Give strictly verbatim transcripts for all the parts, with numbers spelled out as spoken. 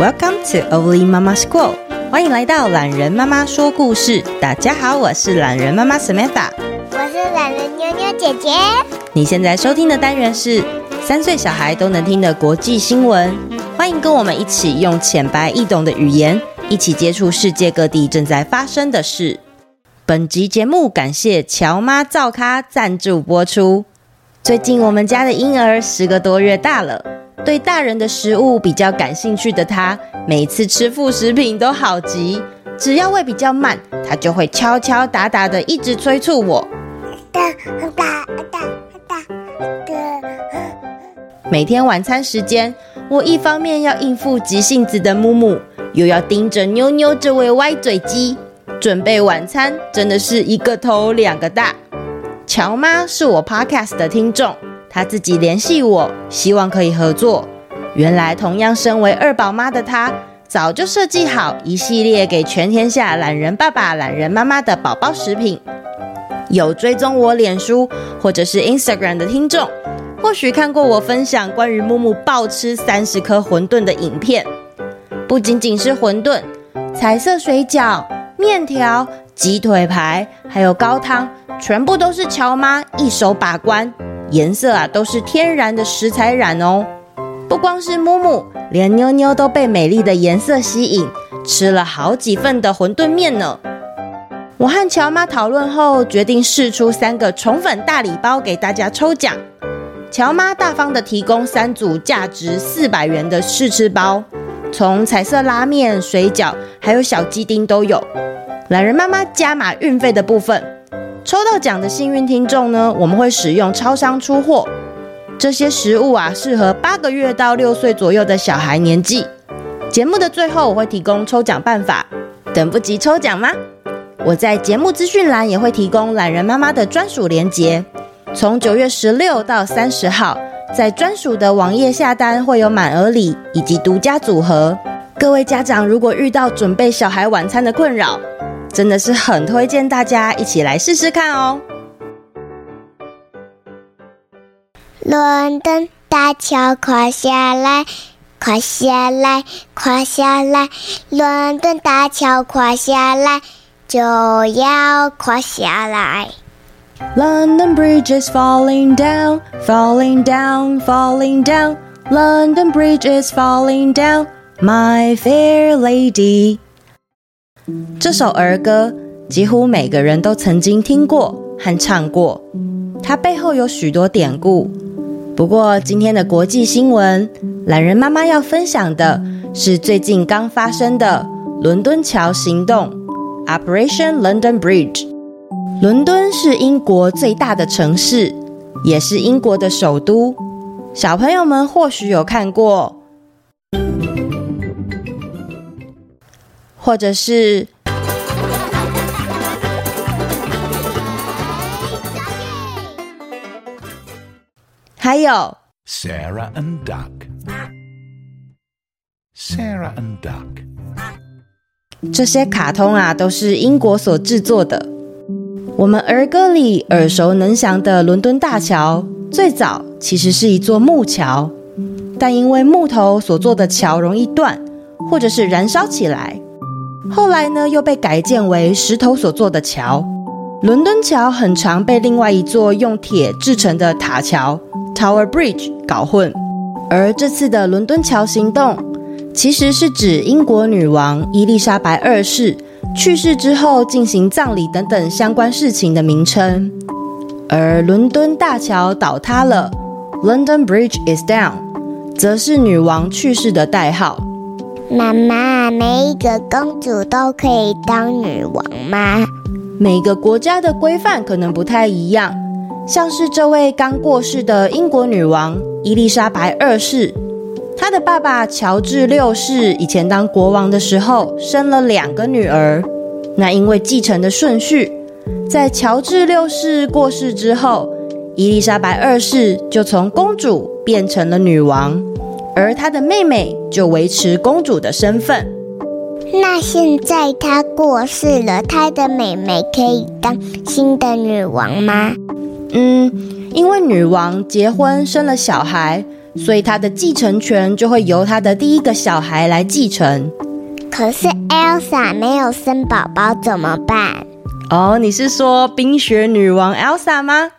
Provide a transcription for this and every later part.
Welcome to Ovly Mama School， 欢迎来到懒人妈妈说故事。大家好，我是懒人妈妈 Samantha， 我是懒人妞妞姐姐。 你现在收听的单元是三岁小孩都能听的国际新闻，欢迎跟我们一起用浅白易懂的语言，一起接触世界各地正在发生的事。本集节目感谢乔妈造咖赞助播出。最近我们家的婴儿十个多月大了，对大人的食物比较感兴趣的他，每次吃副食品都好急，只要喂比较慢，他就会敲敲打打的一直催促我。每天晚餐时间，我一方面要应付急性子的木木，又要盯着妞妞这位歪嘴鸡，准备晚餐真的是一个头两个大。乔妈是我 podcast 的听众，她自己联系我，希望可以合作。原来同样身为二宝妈的她，早就设计好一系列给全天下懒人爸爸、懒人妈妈的宝宝食品。有追踪我脸书或者是 Instagram 的听众，或许看过我分享关于木木暴吃三十颗馄饨的影片。不仅仅是馄饨，彩色水饺、面条、鸡腿排，还有高汤，全部都是乔妈一手把关，颜色啊都是天然的食材染哦。不光是木木，连妞妞都被美丽的颜色吸引，吃了好几份的馄饨面呢。我和乔妈讨论后，决定释出三个宠粉大礼包给大家抽奖。乔妈大方的提供三组价值四百元的试吃包，从彩色拉面、水饺还有小鸡丁都有。懒人妈妈加码运费的部分，抽到奖的幸运听众呢，我们会使用超商出货。这些食物啊，适合八个月到六岁左右的小孩年纪。节目的最后我会提供抽奖办法，等不及抽奖吗？我在节目资讯栏也会提供懒人妈妈的专属连结。从九月十六到三十号，在专属的网页下单会有满额礼以及独家组合。各位家长如果遇到准备小孩晚餐的困扰，真的是很推荐大家一起来试试看哦。 伦敦大桥垮下来，垮下来，垮下来，伦敦大桥垮下来，就要垮下来。 London Bridge is falling down, falling down, falling down. London Bridge is falling down, my fair lady. 这首儿歌几乎每个人都曾经听过和唱过，它背后有许多典故。不过今天的国际新闻，懒人妈妈要分享的是最近刚发生的伦敦桥行动 Operation London Bridge。 伦敦是英国最大的城市，也是英国的首都。小朋友们或许有看过，或者是还有 Sarah and Duck Sarah and Duck 这些卡通啊，都是英国所制作的。我们儿歌里耳熟能详的伦敦大桥，最早其实是一座木桥，但因为木头所做的桥容易断，或者是燃烧起来，后来呢又被改建为石头所做的桥。伦敦桥很常被另外一座用铁制成的塔桥 Tower Bridge 搞混，而这次的伦敦桥行动其实是指英国女王伊丽莎白二世去世之后进行葬礼等等相关事情的名称。而伦敦大桥倒塌了 London Bridge is down 则是女王去世的代号。 妈妈，每一个公主都可以当女王吗？ 每个国家的规范可能不太一样，像是这位刚过世的英国女王伊丽莎白二世，她的爸爸乔治六世以前当国王的时候生了两个女儿，那因为继承的顺序，在乔治六世过世之后，伊丽莎白二世就从公主变成了女王，而她的妹妹就维持公主的身份。 那现在她过世了，她的妹妹可以当新的女王吗？ 嗯，因为女王结婚生了小孩， 所以他的继承权就会由他的第一个小孩来继承。 可是 Elsa 没有生宝宝怎么办？ 哦，你是说冰雪女王 Elsa 吗？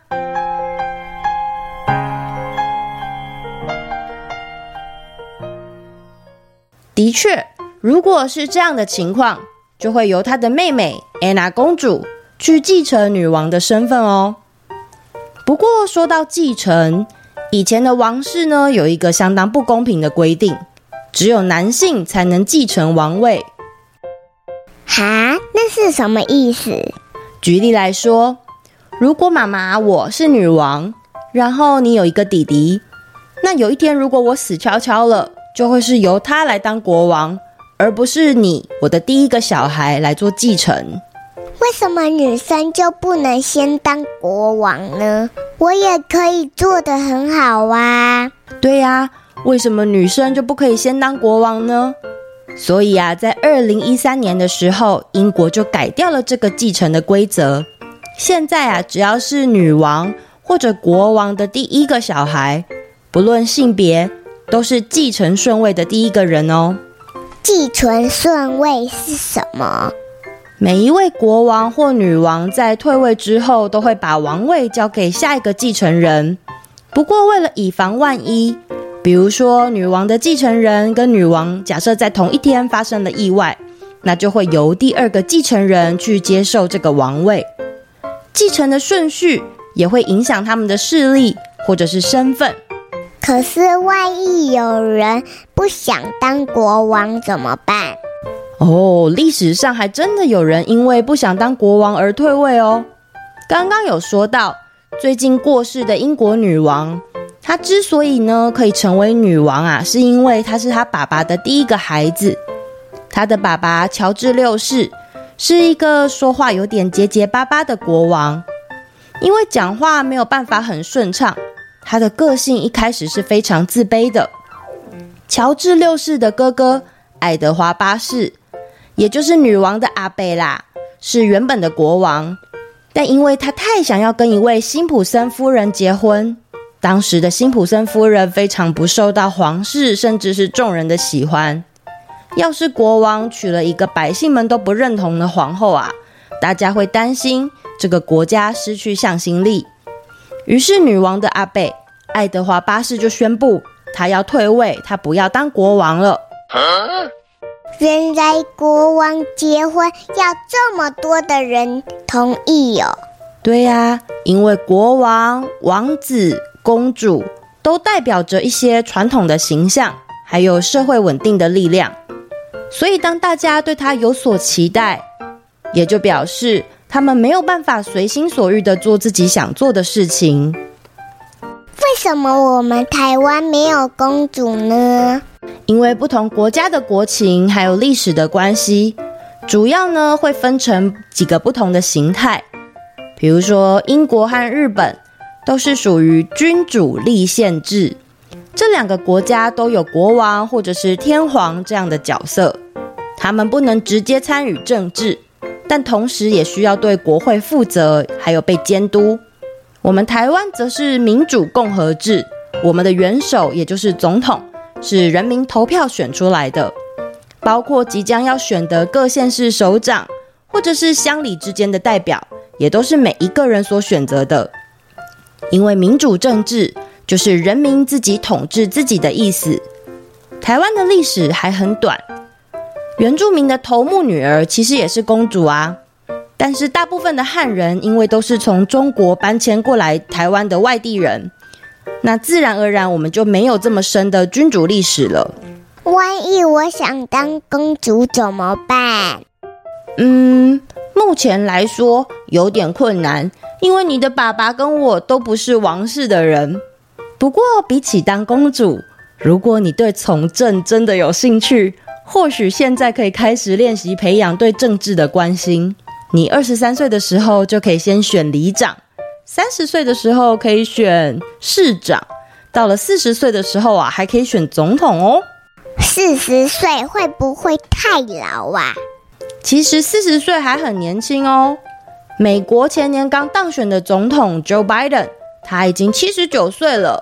的确，如果是这样的情况，就会由她的妹妹 Anna 公主去继承女王的身份哦。不过说到继承，以前的王室呢，有一个相当不公平的规定，只有男性才能继承王位。 哈，那是什么意思？ 举例来说，如果妈妈我是女王，然后你有一个弟弟，那有一天如果我死翘翘了，就会是由他来当国王，而不是你，我的第一个小孩来做继承。 为什么女生就不能先当国王呢？我也可以做得很好啊。 对呀，为什么女生就不可以先当国王呢？所以啊，在二零一三年的时候，英国就改掉了这个继承的规则。现在啊，只要是女王或者国王的第一个小孩，不论性别，都是继承顺位的第一个人哦。 继承顺位是什么？ 每一位国王或女王在退位之后，都会把王位交给下一个继承人。不过为了以防万一，比如说女王的继承人跟女王假设在同一天发生了意外，那就会由第二个继承人去接受这个王位。继承的顺序也会影响他们的势力或者是身份。 可是万一有人不想当国王怎么办？ 哦，历史上还真的有人因为不想当国王而退位哦。刚刚有说到，最近过世的英国女王，她之所以呢可以成为女王啊，是因为她是她爸爸的第一个孩子。她的爸爸乔治六世是一个说话有点结结巴巴的国王，因为讲话没有办法很顺畅，他的个性一开始是非常自卑的。乔治六世的哥哥爱德华八世，也就是女王的阿伯啦，是原本的国王，但因为他太想要跟一位辛普森夫人结婚，当时的辛普森夫人非常不受到皇室甚至是众人的喜欢。要是国王娶了一个百姓们都不认同的皇后啊，大家会担心这个国家失去向心力。于是女王的阿伯爱德华八世就宣布他要退位，他不要当国王了。 原来国王结婚要这么多的人同意哦。 对呀，因为国王、王子、公主都代表着一些传统的形象，还有社会稳定的力量。所以当大家对他有所期待，也就表示他们没有办法随心所欲地做自己想做的事情。 为什么我们台湾没有公主呢？ 因为不同国家的国情还有历史的关系，主要呢会分成几个不同的形态。比如说英国和日本都是属于君主立宪制，这两个国家都有国王或者是天皇这样的角色，他们不能直接参与政治，但同时也需要对国会负责，还有被监督。我们台湾则是民主共和制，我们的元首也就是总统是人民投票选出来的，包括即将要选的各县市首长或者是乡里之间的代表，也都是每一个人所选择的。因为民主政治就是人民自己统治自己的意思。台湾的历史还很短，原住民的头目女儿其实也是公主啊，但是大部分的汉人因为都是从中国搬迁过来台湾的外地人，那自然而然我们就没有这么深的君主历史了。 万一我想当公主怎么办？ 嗯，目前来说有点困难，因为你的爸爸跟我都不是王室的人。不过比起当公主，如果你对从政真的有兴趣，或许现在可以开始练习培养对政治的关心。你二十三岁的时候就可以先选里长，三十岁的时候可以选市长，到了四十岁的时候啊，还可以选总统哦。 四十岁会不会太老啊？ 其实四十岁还很年轻哦。美国前年刚当选的总统 Joe Biden， 他已经七十九岁了。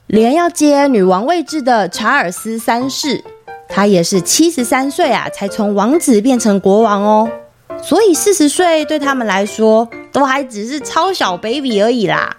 连要接女王位置的查尔斯三世，他也是七十三岁啊，才从王子变成国王哦。所以四十岁对他们来说，都还只是超小 baby 而已啦。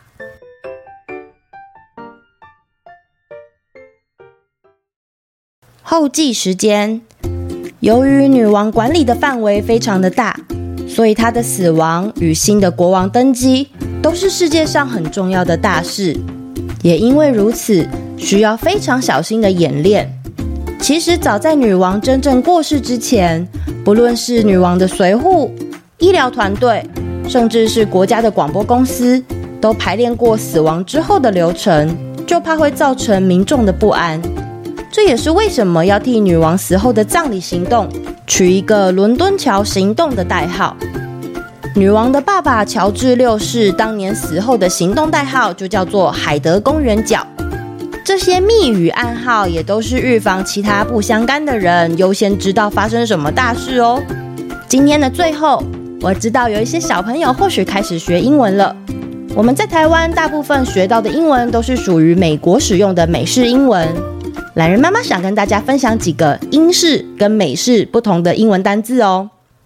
后继时间，由于女王管理的范围非常的大，所以她的死亡与新的国王登基都是世界上很重要的大事。也因为如此，需要非常小心的演练。其实早在女王真正过世之前，不论是女王的随护、医疗团队，甚至是国家的广播公司，都排练过死亡之后的流程，就怕会造成民众的不安。这也是为什么要替女王死后的葬礼行动取一个伦敦桥行动的代号。女王的爸爸乔治六世当年死后的行动代号就叫做海德公园角。这些密语暗号也都是预防其他不相干的人优先知道发生什么大事哦。今天的最后，我知道有一些小朋友或许开始学英文了。我们在台湾大部分学到的英文都是属于美国使用的美式英文。懒人妈妈想跟大家分享几个英式跟美式不同的英文单字哦。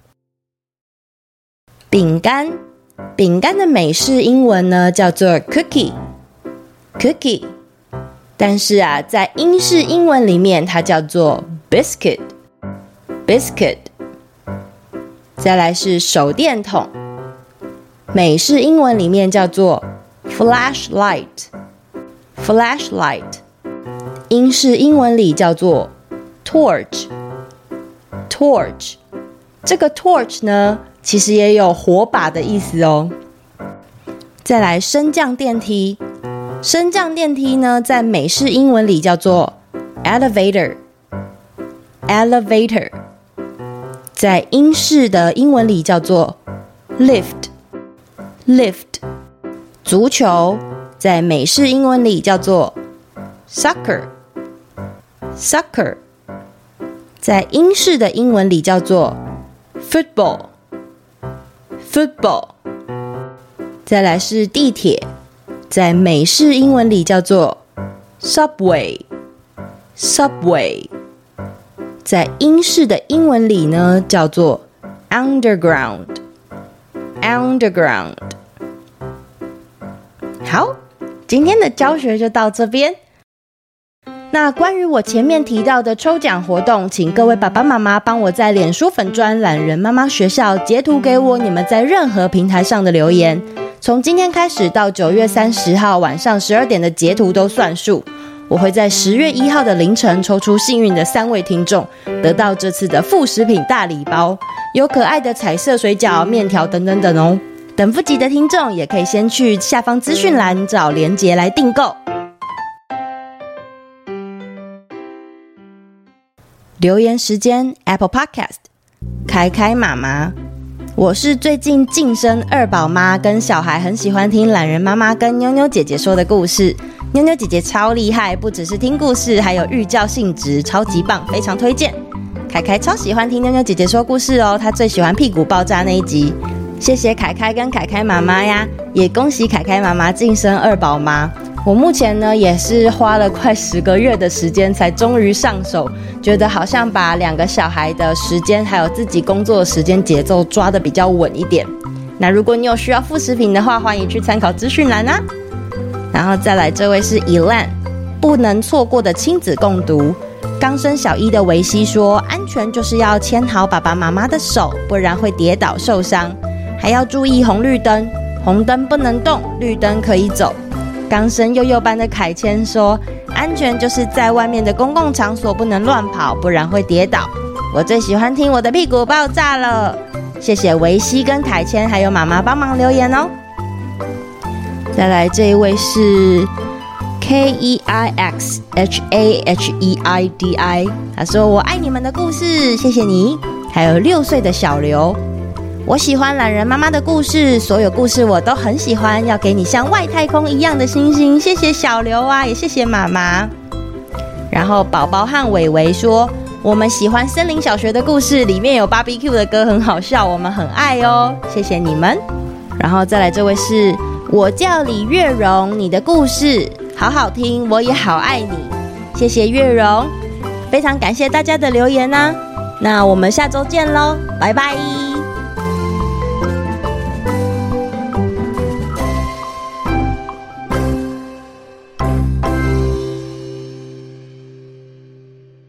饼干，饼干的美式英文呢叫做 cookie cookie， 但是啊，在英式英文里面它叫做 biscuit biscuit。 再来是手电筒，美式英文里面叫做 flashlight flashlight， 英式英文里叫做 torch torch。 这个 torch 呢其实也有火把的意思哦。再来升降电梯，升降电梯呢在美式英文里叫做 elevator elevator， 在英式的英文里叫做 lift lift。 足球在美式英文里叫做 soccer soccer， 在英式的英文里叫做 football football。 再来是地铁，在美式英文里叫做 subway subway， 在英式的英文里呢叫做 underground underground。 好，今天的教学就到这边。那关于我前面提到的抽奖活动，请各位爸爸妈妈帮我在脸书粉专懒人妈妈学校截图给我你们在任何平台上的留言，从今天开始到九月三十号晚上十二点的截图都算数。我会在十月一号的凌晨抽出幸运的三位听众，得到这次的副食品大礼包，有可爱的彩色水饺、面条等等等哦。等不及的听众也可以先去下方资讯栏找连结来订购。留言时间 Apple Podcast， 凯凯妈妈，我是最近晋升二宝妈，跟小孩很喜欢听懒人妈妈跟妞妞姐姐说的故事。妞妞姐姐超厉害，不只是听故事，还有寓教性质，超级棒，非常推荐。凯凯超喜欢听妞妞姐姐说故事哦，她最喜欢屁股爆炸那一集。谢谢凯凯跟凯凯妈妈呀，也恭喜凯凯妈妈晋升二宝妈。我目前呢也是花了快十个月的时间才终于上手，觉得好像把两个小孩的时间还有自己工作的时间节奏抓得比较稳一点。那如果你有需要副食品的话，欢迎去参考资讯栏啊。然后再来这位是 Elan， 不能错过的亲子共读。刚生小一的维希说，安全就是要牵好爸爸妈妈的手，不然会跌倒受伤，还要注意红绿灯，红灯不能动，绿灯可以走。刚生幼幼班的凯谦说，安全就是在外面的公共场所不能乱跑，不然会跌倒。我最喜欢听我的屁股爆炸了，谢谢维希跟凯谦还有妈妈帮忙留言哦。再来这一位是 K E I X H A H E I D I， 他说我爱你们的故事，谢谢你。还有六岁的小刘，我喜欢懒人妈妈的故事，所有故事我都很喜欢，要给你像外太空一样的星星，谢谢小刘啊，也谢谢妈妈。然后宝宝和伟伟说，我们喜欢森林小学的故事，里面有 B B Q 的歌很好笑，我们很爱哦，谢谢你们。然后再来这位是我叫李月荣，你的故事好好听，我也好爱你。谢谢月荣，非常感谢大家的留言啊。那我们下周见咯，拜拜。